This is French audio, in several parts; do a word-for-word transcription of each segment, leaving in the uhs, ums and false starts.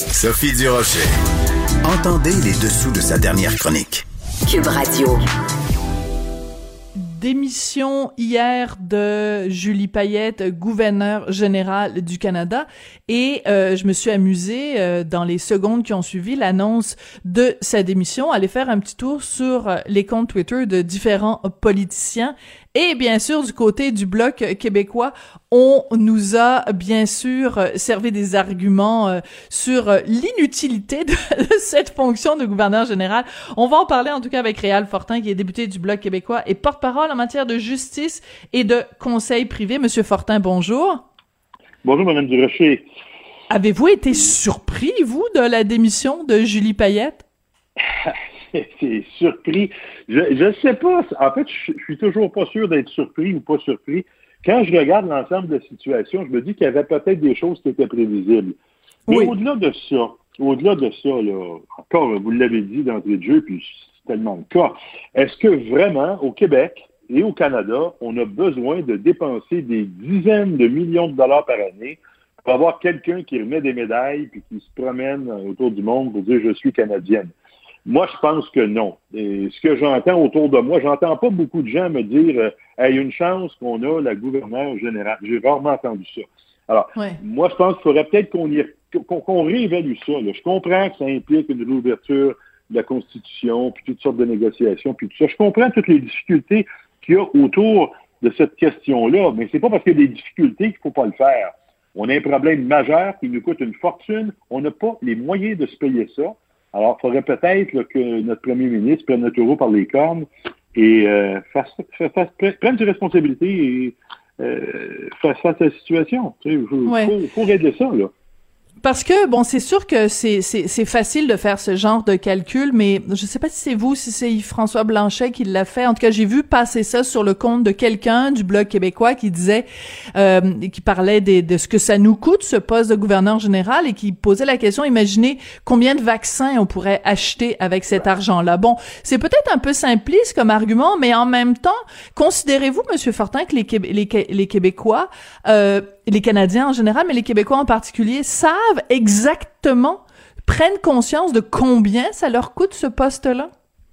Sophie Durocher. Entendez les dessous de sa dernière chronique. Cube Radio. Démission hier de Julie Payette, gouverneure générale du Canada, et euh, je me suis amusée euh, dans les secondes qui ont suivi l'annonce de sa démission à aller faire un petit tour sur euh, les comptes Twitter de différents politiciens. Et bien sûr, du côté du Bloc québécois, on nous a bien sûr euh, servi des arguments euh, sur euh, l'inutilité de, de cette fonction de gouverneur général. On va en parler en tout cas avec Réal Fortin, qui est député du Bloc québécois et porte-parole en matière de justice et de conseil privé. Monsieur Fortin, bonjour. Bonjour, Mme Durocher. Avez-vous été surpris, vous, de la démission de Julie Payette? C'est surpris. Je ne sais pas. En fait, je, je suis toujours pas sûr d'être surpris ou pas surpris. Quand je regarde l'ensemble de la situation, je me dis qu'il y avait peut-être des choses qui étaient prévisibles. Mais oui. au-delà de ça, au-delà de ça, là, encore, vous l'avez dit d'entrée de jeu, puis c'est tellement le cas, est-ce que vraiment, au Québec et au Canada, on a besoin de dépenser des dizaines de millions de dollars par année pour avoir quelqu'un qui remet des médailles puis qui se promène autour du monde pour dire « je suis canadienne ». Moi, je pense que non. Et ce que j'entends autour de moi, j'entends pas beaucoup de gens me dire euh, « il y a une chance qu'on a la gouverneure générale ». J'ai rarement entendu ça. Alors, ouais. moi, je pense qu'il faudrait peut-être qu'on, y, qu'on, qu'on réévalue ça. Là. Je comprends que ça implique une réouverture de la Constitution, puis toutes sortes de négociations, puis tout ça. Je comprends toutes les difficultés qu'il y a autour de cette question-là, mais c'est pas parce qu'il y a des difficultés qu'il faut pas le faire. On a un problème majeur qui nous coûte une fortune. On n'a pas les moyens de se payer ça. Alors, il faudrait peut-être là, que notre premier ministre prenne le taureau par les cornes et euh, fasse, fasse, fasse, prenne ses responsabilités et euh, fasse face à la situation. Il tu sais, faut, ouais. faut, faut régler ça, là. Parce que, bon, c'est sûr que c'est, c'est, c'est facile de faire ce genre de calcul, mais je sais pas si c'est vous, si c'est Yves-François Blanchet qui l'a fait. En tout cas, j'ai vu passer ça sur le compte de quelqu'un du Bloc québécois qui disait, euh, qui parlait des, de ce que ça nous coûte, ce poste de gouverneur général, et qui posait la question, imaginez combien de vaccins on pourrait acheter avec cet argent-là. Bon, c'est peut-être un peu simpliste comme argument, mais en même temps, considérez-vous, Monsieur Fortin, que les, Québé- les, les Québécois, euh, les Canadiens en général, mais les Québécois en particulier, savent exactement, prennent conscience de combien ça leur coûte ce poste-là?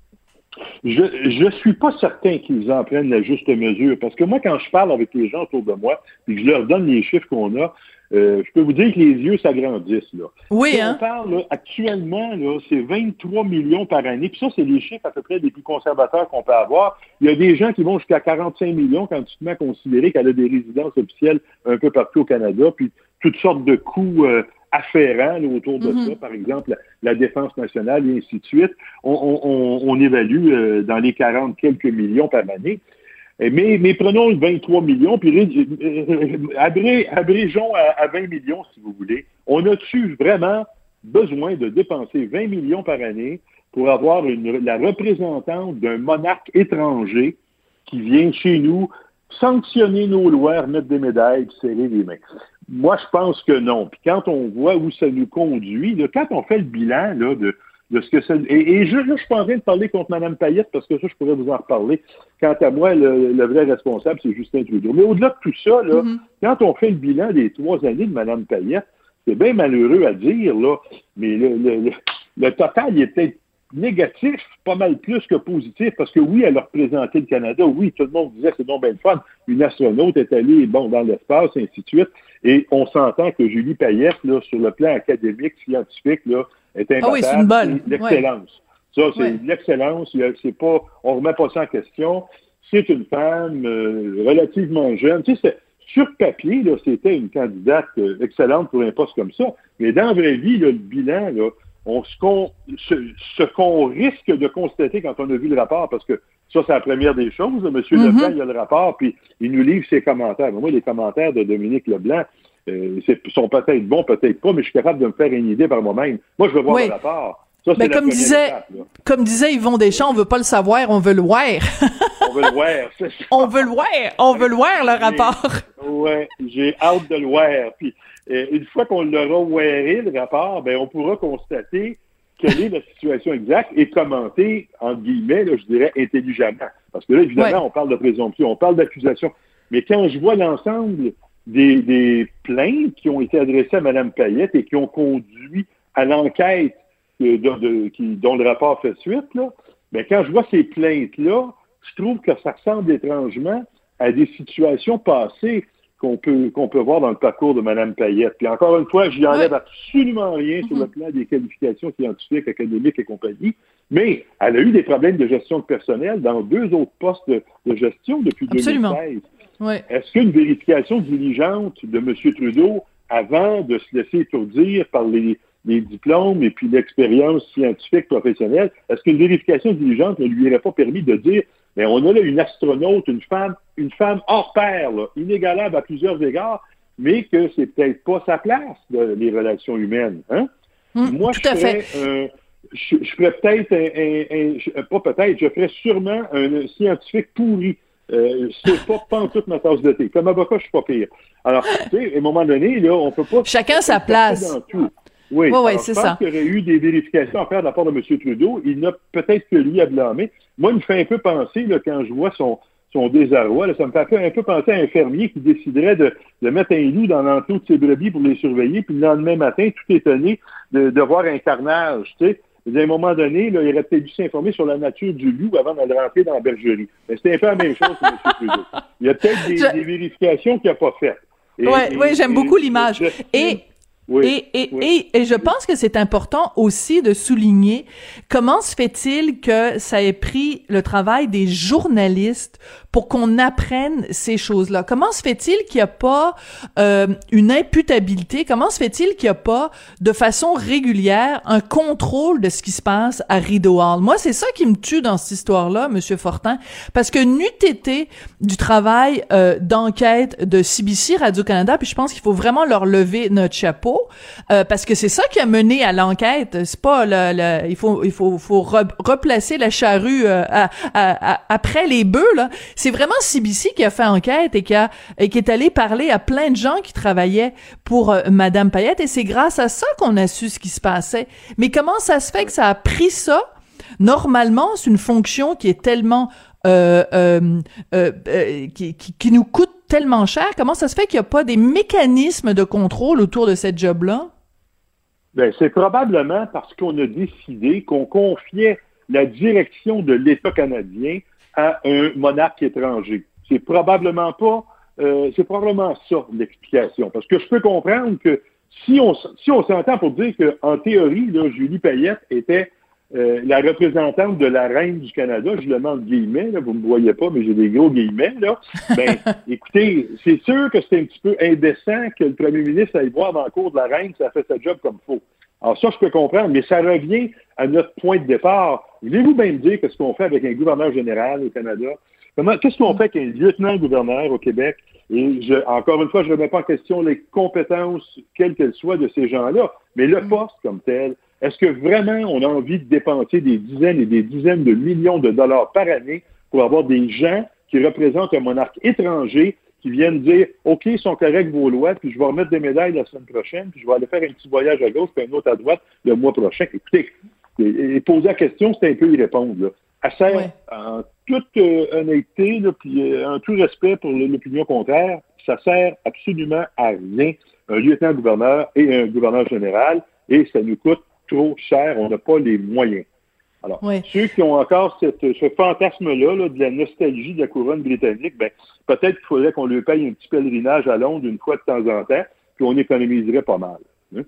Je je suis pas certain qu'ils en prennent la juste mesure, parce que moi, quand je parle avec les gens autour de moi, et que je leur donne les chiffres qu'on a, euh, je peux vous dire que les yeux s'agrandissent, là. Oui, si hein? On parle, là, actuellement, là, c'est vingt-trois millions par année, puis ça, c'est les chiffres à peu près les plus conservateurs qu'on peut avoir. Il y a des gens qui vont jusqu'à quarante-cinq millions quand tu te mets à considérer qu'elle a des résidences officielles un peu partout au Canada, puis toutes sortes de coûts euh, afférents là, autour de mm-hmm. ça, par exemple la, la défense nationale et ainsi de suite. On, on, on évalue euh, dans les quarante quelques millions par année. Mais, mais prenons le vingt-trois millions, puis euh, abré, abrégeons à, à vingt millions, si vous voulez. On a-tu vraiment besoin de dépenser vingt millions par année pour avoir une, la représentante d'un monarque étranger qui vient chez nous sanctionner nos lois, remettre des médailles, puis serrer les mains? Moi, je pense que non. Puis quand on voit où ça nous conduit, là, quand on fait le bilan là, de de ce que ça... Et, et je, là, je suis pas en train de parler contre Mme Payette, parce que ça, je pourrais vous en reparler. Quant à moi, le, le vrai responsable, c'est Justin Trudeau. Mais au-delà de tout ça, là, mm-hmm. quand on fait le bilan des trois années de Mme Payette, c'est bien malheureux à dire, là, mais le, le, le, le total, il est peut-être négatif, pas mal plus que positif, parce que oui, elle a représenté le Canada, oui, tout le monde disait que c'est donc bien le fun. Une astronaute est allée, bon, dans l'espace, et ainsi de suite. Et on s'entend que Julie Payette, là, sur le plan académique, scientifique, là, est imbattable. Ah oui, c'est une bonne. C'est l'excellence. Ouais. Ça, c'est ouais. l'excellence. C'est pas, on remet pas ça en question. C'est une femme euh, relativement jeune. Tu sais, c'est, sur papier, là, c'était une candidate euh, excellente pour un poste comme ça. Mais dans la vraie vie, là, le bilan, là, on, ce, qu'on, ce, ce qu'on risque de constater quand on a vu le rapport, parce que ça, c'est la première des choses. M. Mm-hmm. Leblanc, il a le rapport, puis il nous livre ses commentaires. Mais moi, les commentaires de Dominique Leblanc, Euh, c'est, sont peut-être bons, peut-être pas, mais je suis capable de me faire une idée par moi-même. Moi, je veux voir oui. le rapport. Ça, c'est ben, la comme disait, étape, comme disait Yvon Deschamps, on veut pas le savoir, on veut le voir. on veut le voir, c'est ça. On veut le voir, on veut le voir, le rapport. Ouais, j'ai hâte de le voir. Puis, euh, une fois qu'on l'aura waré, le rapport, ben, on pourra constater quelle est la situation exacte et commenter, entre guillemets, là, je dirais, intelligemment. Parce que là, évidemment, ouais. on parle de présomption, on parle d'accusation. Mais quand je vois l'ensemble Des, des plaintes qui ont été adressées à Mme Payette et qui ont conduit à l'enquête de, de, de, qui, dont le rapport fait suite, là, ben, quand je vois ces plaintes-là, je trouve que ça ressemble étrangement à des situations passées qu'on peut qu'on peut voir dans le parcours de Mme Payette. Puis encore une fois, je n'y enlève oui. absolument rien mm-hmm. sur le plan des qualifications scientifiques, académiques et compagnie, mais elle a eu des problèmes de gestion de personnel dans deux autres postes de, de gestion depuis absolument. deux mille seize. Oui. Est-ce qu'une vérification diligente de M. Trudeau, avant de se laisser étourdir par les, les diplômes et puis l'expérience scientifique professionnelle, est-ce qu'une vérification diligente ne lui aurait pas permis de dire mais on a là une astronaute, une femme, une femme hors pair, là, inégalable à plusieurs égards, mais que c'est peut-être pas sa place de les relations humaines. Hein? Mmh, Moi, tout je à ferais, fait. Euh, je, je ferais peut-être un, un, un, pas peut-être, je ferais sûrement un scientifique pourri. Euh, c'est pas pantoute ma tasse de thé. Comme avocat, je suis pas pire. Alors, tu sais, à un moment donné, là, on peut pas... Chacun sa place. Dans tout. Oui, ouais, ouais, alors, c'est je pense ça. qu'il y aurait eu des vérifications à faire de la part de M. Trudeau. Il n'a peut-être que lui à blâmer. Moi, il me fait un peu penser, là, quand je vois son, son désarroi, là, ça me fait un peu penser à un fermier qui déciderait de, de mettre un loup dans l'enclos de ses brebis pour les surveiller, puis le lendemain matin, tout étonné de, de voir un carnage, tu sais. À un moment donné, là, il aurait peut-être dû s'informer sur la nature du loup avant de le rentrer dans la bergerie. Mais c'était un peu la même chose pour M. Trudeau. Il y a peut-être des, je... des vérifications qu'il n'a pas faites. Oui, ouais, j'aime et, beaucoup l'image. Et... Oui, et, et, oui. et, et je pense que c'est important aussi de souligner comment se fait-il que ça ait pris le travail des journalistes pour qu'on apprenne ces choses-là. Comment se fait-il qu'il n'y a pas euh, une imputabilité? Comment se fait-il qu'il n'y a pas, de façon régulière, un contrôle de ce qui se passe à Rideau Hall? Moi, c'est ça qui me tue dans cette histoire-là, Monsieur Fortin, parce que n'eût été du travail euh, d'enquête de C B C Radio-Canada, puis je pense qu'il faut vraiment leur lever notre chapeau, euh, parce que c'est ça qui a mené à l'enquête. C'est pas le, le il faut il faut faut re, replacer la charrue euh, à, à, à, après les bœufs là. C'est vraiment C B C qui a fait enquête et qui a et qui est allé parler à plein de gens qui travaillaient pour euh, Madame Payette, et c'est grâce à ça qu'on a su ce qui se passait. Mais comment ça se fait que ça a pris ça? Normalement, c'est une fonction qui est tellement euh, euh, euh, euh, qui, qui, qui nous coûte tellement cher. Comment ça se fait qu'il n'y a pas des mécanismes de contrôle autour de cette job-là? Bien, c'est probablement parce qu'on a décidé qu'on confiait la direction de l'État canadien à un monarque étranger. C'est probablement pas, euh, c'est probablement ça l'explication. Parce que je peux comprendre que si on si on s'entend pour dire que en théorie, là, Julie Payette était euh, la représentante de la reine du Canada, je le mets en guillemets, là, vous ne me voyez pas, mais j'ai des gros guillemets, là. Ben, écoutez, c'est sûr que c'est un petit peu indécent que le premier ministre aille voir dans le cours de la reine si ça fait sa job comme il faut. Alors ça, je peux comprendre, mais ça revient à notre point de départ. Voulez-vous bien me dire qu'est-ce qu'on fait avec un gouverneur général au Canada? Comment, qu'est-ce qu'on fait avec un lieutenant-gouverneur au Québec? Et je, encore une fois, je ne remets pas en question les compétences, quelles qu'elles soient, de ces gens-là, mais le poste comme tel. Est-ce que vraiment on a envie de dépenser des dizaines et des dizaines de millions de dollars par année pour avoir des gens qui représentent un monarque étranger qui viennent dire « OK, ils sont corrects vos lois, puis je vais remettre des médailles la semaine prochaine, puis je vais aller faire un petit voyage à gauche, puis un autre à droite le mois prochain. » Écoutez, et, et poser la question, c'est un peu y répondre. Là. Elle sert, ouais. en toute euh, honnêteté, là, puis euh, en tout respect pour l'opinion contraire, ça sert absolument à rien, un lieutenant-gouverneur et un gouverneur général, et ça nous coûte trop cher, on n'a pas les moyens. Alors, oui. Ceux qui ont encore cette, ce fantasme-là là, de la nostalgie de la couronne britannique, ben peut-être qu'il faudrait qu'on lui paye un petit pèlerinage à Londres une fois de temps en temps, puis on économiserait pas mal. Hein?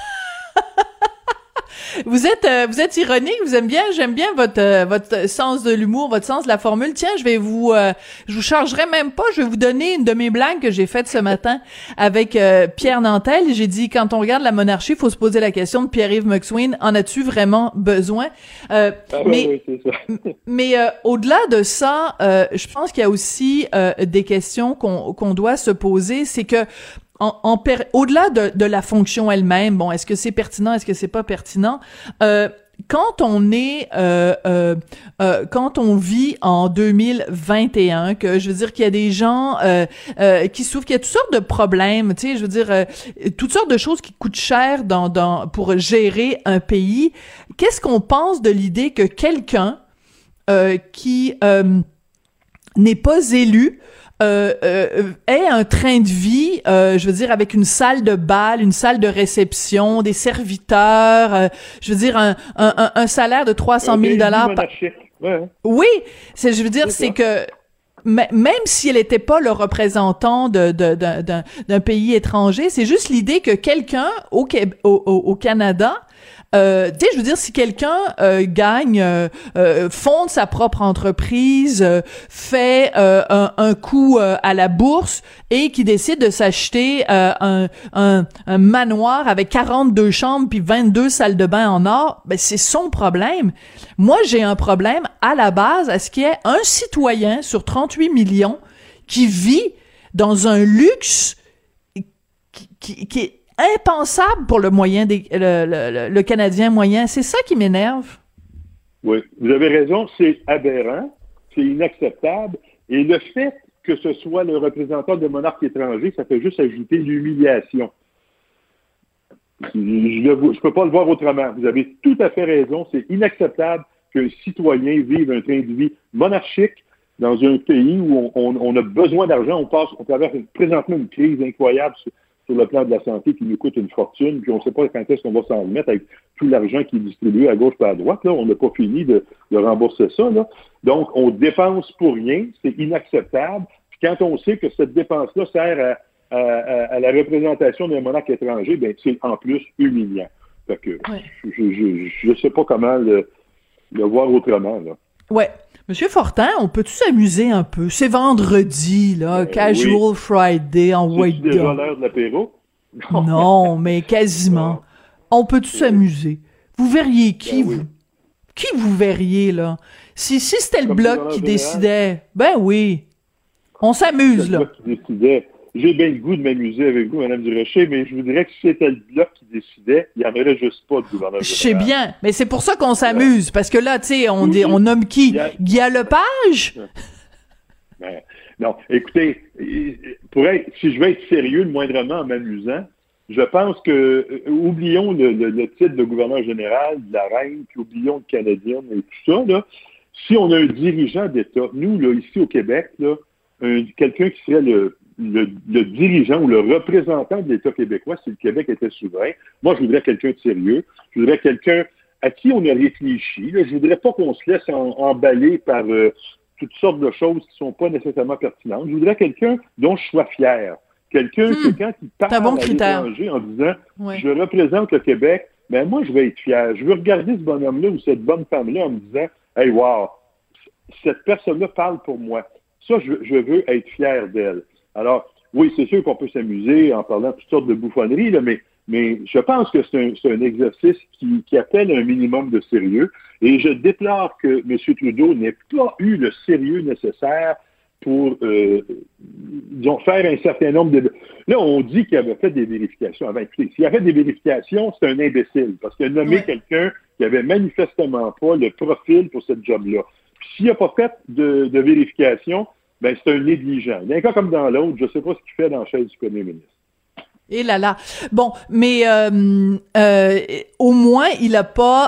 Vous êtes euh, vous êtes ironique, vous aimez bien, j'aime bien votre euh, votre sens de l'humour, votre sens de la formule. Tiens, je vais vous euh, je vous chargerai même pas, je vais vous donner une de mes blagues que j'ai faite ce matin avec euh, Pierre Nantel. J'ai dit quand on regarde la monarchie, il faut se poser la question de Pierre-Yves McSween, en as-tu vraiment besoin? Euh, ah, mais oui, oui, c'est ça. mais euh, au-delà de ça, euh, je pense qu'il y a aussi euh, des questions qu'on qu'on doit se poser, c'est que En, en per... au-delà de, de la fonction elle-même, bon, est-ce que c'est pertinent, est-ce que c'est pas pertinent? Euh, quand on est, euh, euh, euh, quand on vit en deux mille vingt et un, que je veux dire qu'il y a des gens euh, euh, qui souffrent, qu'il y a toutes sortes de problèmes, tu sais, je veux dire euh, toutes sortes de choses qui coûtent cher dans, dans pour gérer un pays. Qu'est-ce qu'on pense de l'idée que quelqu'un euh, qui euh, n'est pas élu euh, euh, ait un train de vie, euh, je veux dire, avec une salle de bal, une salle de réception, des serviteurs, euh, je veux dire, un, un, un salaire de trois cent mille dollars par... Ouais. Oui, c'est, je veux dire, c'est, c'est que même si elle n'était pas le représentant de, de, de, d'un, d'un pays étranger, c'est juste l'idée que quelqu'un au, au, au Canada, euh, tu sais, je veux dire, si quelqu'un euh, gagne, euh, euh, fonde sa propre entreprise, euh, fait euh, un, un coup euh, à la bourse et qui décide de s'acheter euh, un, un, un manoir avec quarante-deux chambres puis vingt-deux salles de bain en or, ben c'est son problème. Moi, j'ai un problème à la base à ce qu'il y ait un citoyen sur trente-huit millions qui vit dans un luxe qui, qui, qui est impensable pour le moyen des, le, le, le Canadien moyen. C'est ça qui m'énerve. Oui, vous avez raison, c'est aberrant, c'est inacceptable. Et le fait que ce soit le représentant de monarque étranger, ça fait juste ajouter l'humiliation. Je ne peux pas le voir autrement. Vous avez tout à fait raison. C'est inacceptable qu'un citoyen vive un train de vie monarchique dans un pays où on, on, on a besoin d'argent. On passe, on traverse présentement une crise incroyable sur, sur le plan de la santé qui nous coûte une fortune, puis on ne sait pas quand est-ce qu'on va s'en remettre avec tout l'argent qui est distribué à gauche et à droite. Là. On n'a pas fini de, de rembourser ça. Là. Donc, on dépense pour rien. C'est inacceptable. Puis quand on sait que cette dépense-là sert à, à, à la représentation d'un monarque étranger, ben c'est en plus humiliant. Fait que ouais. je ne sais pas comment le, le voir autrement. Là. Ouais. Monsieur Fortin, on peut-tu s'amuser un peu? C'est vendredi, là, euh, Casual oui. Friday en white dog. C'est déjà l'heure de l'apéro? Non, non mais quasiment. On peut-tu oui. s'amuser? Vous verriez qui, ben, vous? Oui. Qui vous verriez, là? Si, si c'était le Comme Bloc qui général. décidait, ben oui. On s'amuse, là. Le Bloc qui décidait. J'ai bien le goût de m'amuser avec vous, Mme Durocher, mais je vous dirais que si c'était le Bloc qui décidait, il n'y en aurait juste pas de gouverneur général. Je sais bien, mais c'est pour ça qu'on s'amuse, parce que là, tu sais, on, oui, on nomme qui? A... Guy Lepage? Ben, non, écoutez, pour être, si je veux être sérieux, le moindrement en m'amusant, je pense que, euh, oublions le, le, le titre de gouverneur général, de la reine, puis oublions le Canadien et tout ça, là. Si on a un dirigeant d'État, nous, là, ici au Québec, là, un, quelqu'un qui serait le Le, le dirigeant ou le représentant de l'État québécois, si le Québec était souverain, moi, je voudrais quelqu'un de sérieux. Je voudrais quelqu'un à qui on a réfléchi. Là. Je voudrais pas qu'on se laisse en, emballer par euh, toutes sortes de choses qui sont pas nécessairement pertinentes. Je voudrais quelqu'un dont je sois fier. Quelqu'un hmm. que quand il parle bon à l'étranger en disant ouais. « Je représente le Québec », ben moi, je vais être fier. Je veux regarder ce bonhomme-là ou cette bonne femme-là en me disant « Hey, wow, cette personne-là parle pour moi. » Ça, je, je veux être fier d'elle. Alors, oui, c'est sûr qu'on peut s'amuser en parlant de toutes sortes de bouffonneries, là, mais, mais je pense que c'est un, c'est un exercice qui, qui appelle un minimum de sérieux. Et je déplore que M. Trudeau n'ait pas eu le sérieux nécessaire pour, euh, disons, faire un certain nombre de... Là, on dit qu'il avait fait des vérifications avant. Écoutez, s'il avait fait des vérifications, c'est un imbécile, parce qu'il a nommé ouais. quelqu'un qui avait manifestement pas le profil pour cette job-là. Puis s'il n'a pas fait de, de vérification, ben c'est un négligent. D'un cas comme dans l'autre, je ne sais pas ce qu'il fait dans la chaise du premier ministre. Et là là. Bon, mais euh, euh, au moins il a pas,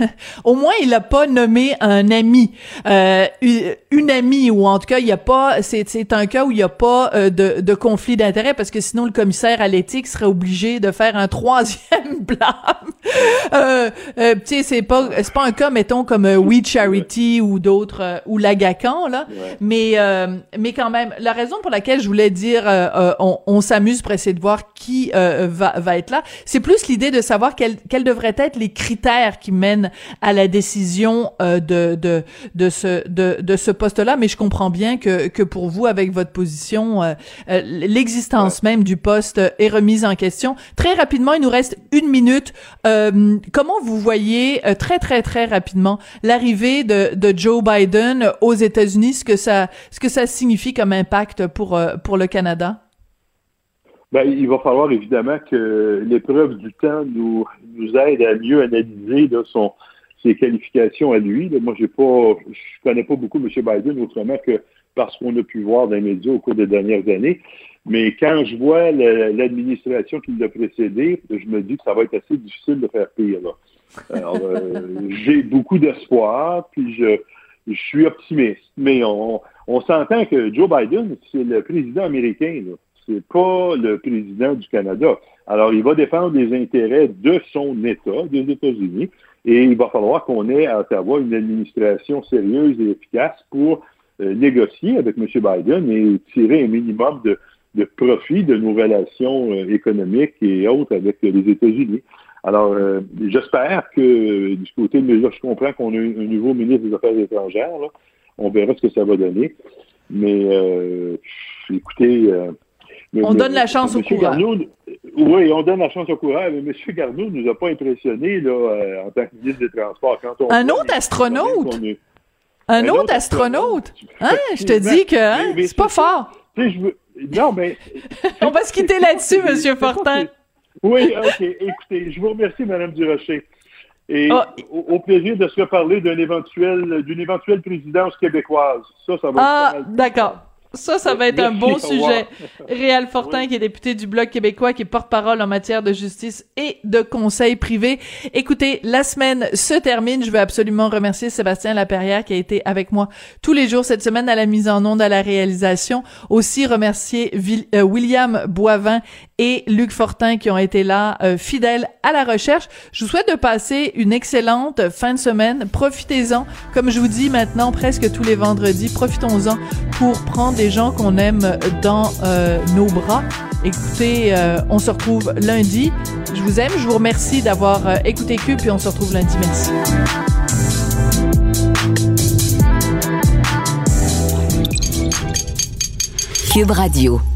au moins il a pas nommé un ami, euh, une, une amie ou en tout cas il y a pas, c'est c'est un cas où il y a pas euh, de de conflit d'intérêt parce que sinon le commissaire à l'éthique serait obligé de faire un troisième blâme. euh, euh, tu sais c'est pas c'est pas un cas mettons comme euh, We Charity ou d'autres euh, ou l'Agacan là, ouais. mais euh, mais quand même la raison pour laquelle je voulais dire euh, euh, on, on s'amuse pour essayer de voir qui qui euh, va, va être là. C'est plus l'idée de savoir quels quels devraient être les critères qui mènent à la décision euh, de de de ce de de ce poste-là. Mais je comprends bien que que pour vous, avec votre position, euh, euh, l'existence ouais. même du poste est remise en question. Très rapidement, il nous reste une minute. Euh, comment vous voyez euh, très très très rapidement l'arrivée de de Joe Biden aux États-Unis, ce que ça ce que ça signifie comme impact pour euh, pour le Canada? Ben, il va falloir évidemment que l'épreuve du temps nous, nous aide à mieux analyser là, son, ses qualifications à lui. Là, moi, j'ai pas, je connais pas beaucoup M. Biden autrement que parce qu'on a pu voir dans les médias au cours des dernières années. Mais quand je vois la, l'administration qui l'a précédé, je me dis que ça va être assez difficile de faire pire. Là. Alors, euh, j'ai beaucoup d'espoir, puis je, je suis optimiste. Mais on, On s'entend que Joe Biden, c'est le président américain, là. C'est pas le président du Canada. Alors, il va défendre les intérêts de son État, des États-Unis, et il va falloir qu'on ait à Ottawa une administration sérieuse et efficace pour euh, négocier avec M. Biden et tirer un minimum de, de profit de nos relations euh, économiques et autres avec euh, les États-Unis. Alors, euh, j'espère que euh, du côté de mesure, je comprends qu'on a un, un nouveau ministre des Affaires étrangères, là. On verra ce que ça va donner. Mais, euh, écoutez... Euh, On mais, donne la chance au coureur. Oui, on donne la chance au coureur, mais M. Garneau ne nous a pas impressionnés là, euh, en tant que ministre des Transports. Quand on un autre astronaute? Est... Un, un autre, autre astronaute? Hein? Je te dis que hein, mais, mais c'est pas ça, fort. Tu sais, je veux... Non, mais... on va se quitter là-dessus, M. Fortin. Oui, OK. Écoutez, je vous remercie, Mme Durocher. Et oh. au, au plaisir de se reparler d'un éventuel, d'une éventuelle présidence québécoise. Ça, ça va ah, être... Ah, d'accord. Ça, ça va être Merci, un bon sujet. Réal Fortin, oui. qui est député du Bloc québécois, qui est porte-parole en matière de justice et de conseil privé. Écoutez, la semaine se termine. Je veux absolument remercier Sébastien Laperrière qui a été avec moi tous les jours cette semaine à la mise en onde, à la réalisation. Aussi remercier Vil- euh, William Boivin et Luc Fortin qui ont été là, euh, fidèles à la recherche. Je vous souhaite de passer une excellente fin de semaine. Profitez-en. Comme je vous dis maintenant, presque tous les vendredis, profitons-en pour prendre des gens qu'on aime dans euh, nos bras. Écoutez, euh, on se retrouve lundi. Je vous aime, je vous remercie d'avoir euh, écouté Cube, puis on se retrouve lundi. Merci. Cube Radio.